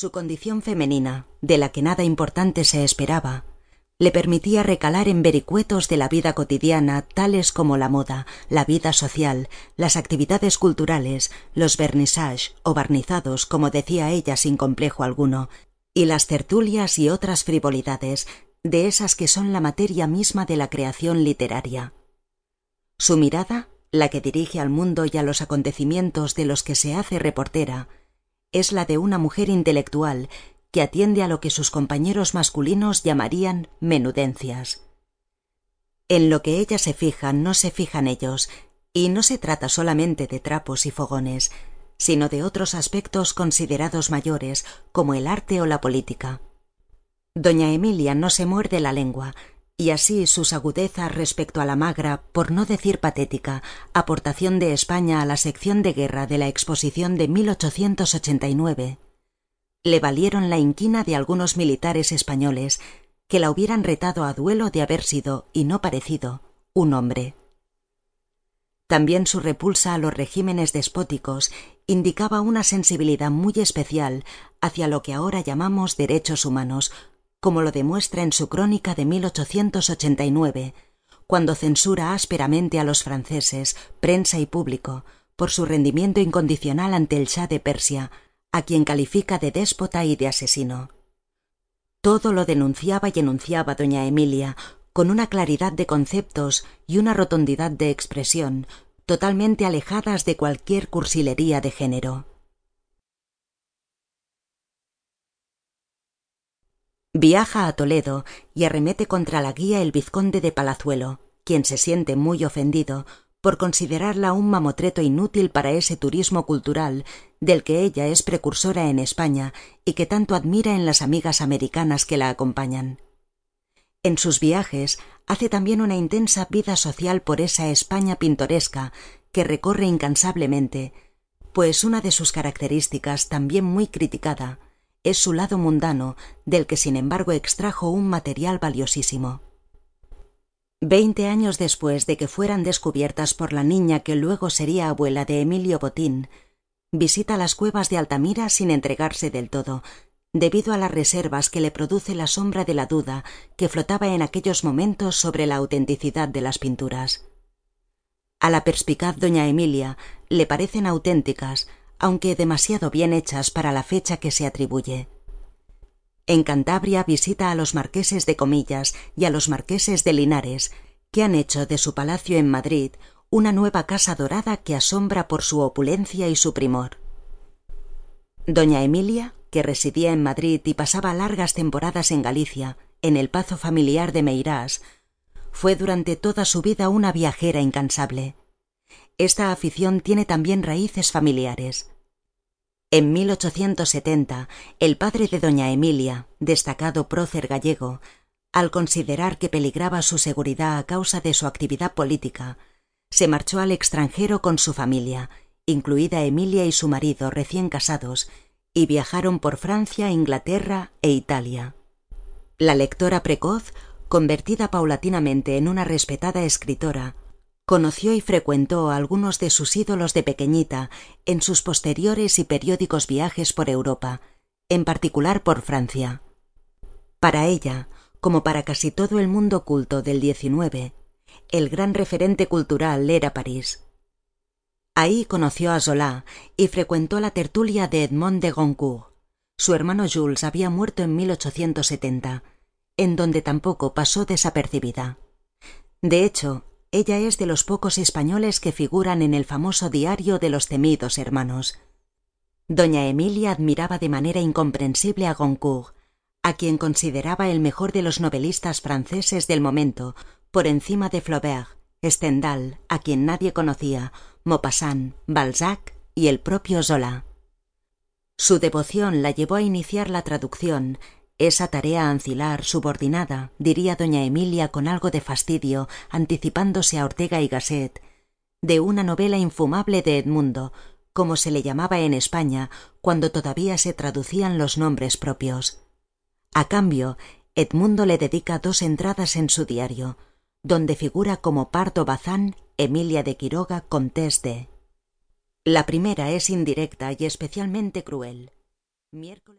Su condición femenina, de la que nada importante se esperaba, le permitía recalar en vericuetos de la vida cotidiana tales como la moda, la vida social, las actividades culturales, los vernissages o barnizados, como decía ella sin complejo alguno, y las tertulias y otras frivolidades, de esas que son la materia misma de la creación literaria. Su mirada, la que dirige al mundo y a los acontecimientos de los que se hace reportera, es la de una mujer intelectual que atiende a lo que sus compañeros masculinos llamarían menudencias. En lo que ella se fija no se fijan ellos, y no se trata solamente de trapos y fogones, sino de otros aspectos considerados mayores, como el arte o la política. Doña Emilia no se muerde la lengua, y así sus agudezas respecto a la magra, por no decir patética, aportación de España a la sección de guerra de la exposición de 1889, le valieron la inquina de algunos militares españoles que la hubieran retado a duelo de haber sido, y no parecido, un hombre. También su repulsa a los regímenes despóticos indicaba una sensibilidad muy especial hacia lo que ahora llamamos derechos humanos, como lo demuestra en su crónica de 1889, cuando censura ásperamente a los franceses, prensa y público, por su rendimiento incondicional ante el Shah de Persia, a quien califica de déspota y de asesino. Todo lo denunciaba y enunciaba doña Emilia, con una claridad de conceptos y una rotundidad de expresión, totalmente alejadas de cualquier cursilería de género. Viaja a Toledo y arremete contra la guía el vizconde de Palazuelo, quien se siente muy ofendido por considerarla un mamotreto inútil para ese turismo cultural del que ella es precursora en España y que tanto admira en las amigas americanas que la acompañan. En sus viajes hace también una intensa vida social por esa España pintoresca que recorre incansablemente, pues una de sus características, también muy criticada, es su lado mundano, del que sin embargo extrajo un material valiosísimo. 20 años después de que fueran descubiertas por la niña que luego sería abuela de Emilio Botín, visita las cuevas de Altamira sin entregarse del todo, debido a las reservas que le produce la sombra de la duda que flotaba en aquellos momentos sobre la autenticidad de las pinturas. A la perspicaz doña Emilia le parecen auténticas, aunque demasiado bien hechas para la fecha que se atribuye. En Cantabria visita a los marqueses de Comillas y a los marqueses de Linares, que han hecho de su palacio en Madrid una nueva casa dorada que asombra por su opulencia y su primor. Doña Emilia, que residía en Madrid y pasaba largas temporadas en Galicia, en el pazo familiar de Meirás, fue durante toda su vida una viajera incansable. Esta afición tiene también raíces familiares. En 1870, el padre de doña Emilia, destacado prócer gallego, al considerar que peligraba su seguridad a causa de su actividad política, se marchó al extranjero con su familia, incluida Emilia y su marido recién casados, y viajaron por Francia, Inglaterra e Italia. La lectora precoz, convertida paulatinamente en una respetada escritora, conoció y frecuentó a algunos de sus ídolos de pequeñita en sus posteriores y periódicos viajes por Europa, en particular por Francia. Para ella, como para casi todo el mundo culto del XIX, el gran referente cultural era París. Ahí conoció a Zola y frecuentó la tertulia de Edmond de Goncourt. Su hermano Jules había muerto en 1870, en donde tampoco pasó desapercibida. De hecho, ella es de los pocos españoles que figuran en el famoso diario de los temidos hermanos. Doña Emilia admiraba de manera incomprensible a Goncourt, a quien consideraba el mejor de los novelistas franceses del momento, por encima de Flaubert, Stendhal, a quien nadie conocía, Maupassant, Balzac y el propio Zola. Su devoción la llevó a iniciar la traducción, esa tarea ancilar, subordinada, diría doña Emilia con algo de fastidio, anticipándose a Ortega y Gasset, de una novela infumable de Edmundo, como se le llamaba en España cuando todavía se traducían los nombres propios. A cambio, Edmundo le dedica 2 entradas en su diario, donde figura como Pardo Bazán Emilia de Quiroga, Comtesse de. La primera es indirecta y especialmente cruel. Miércoles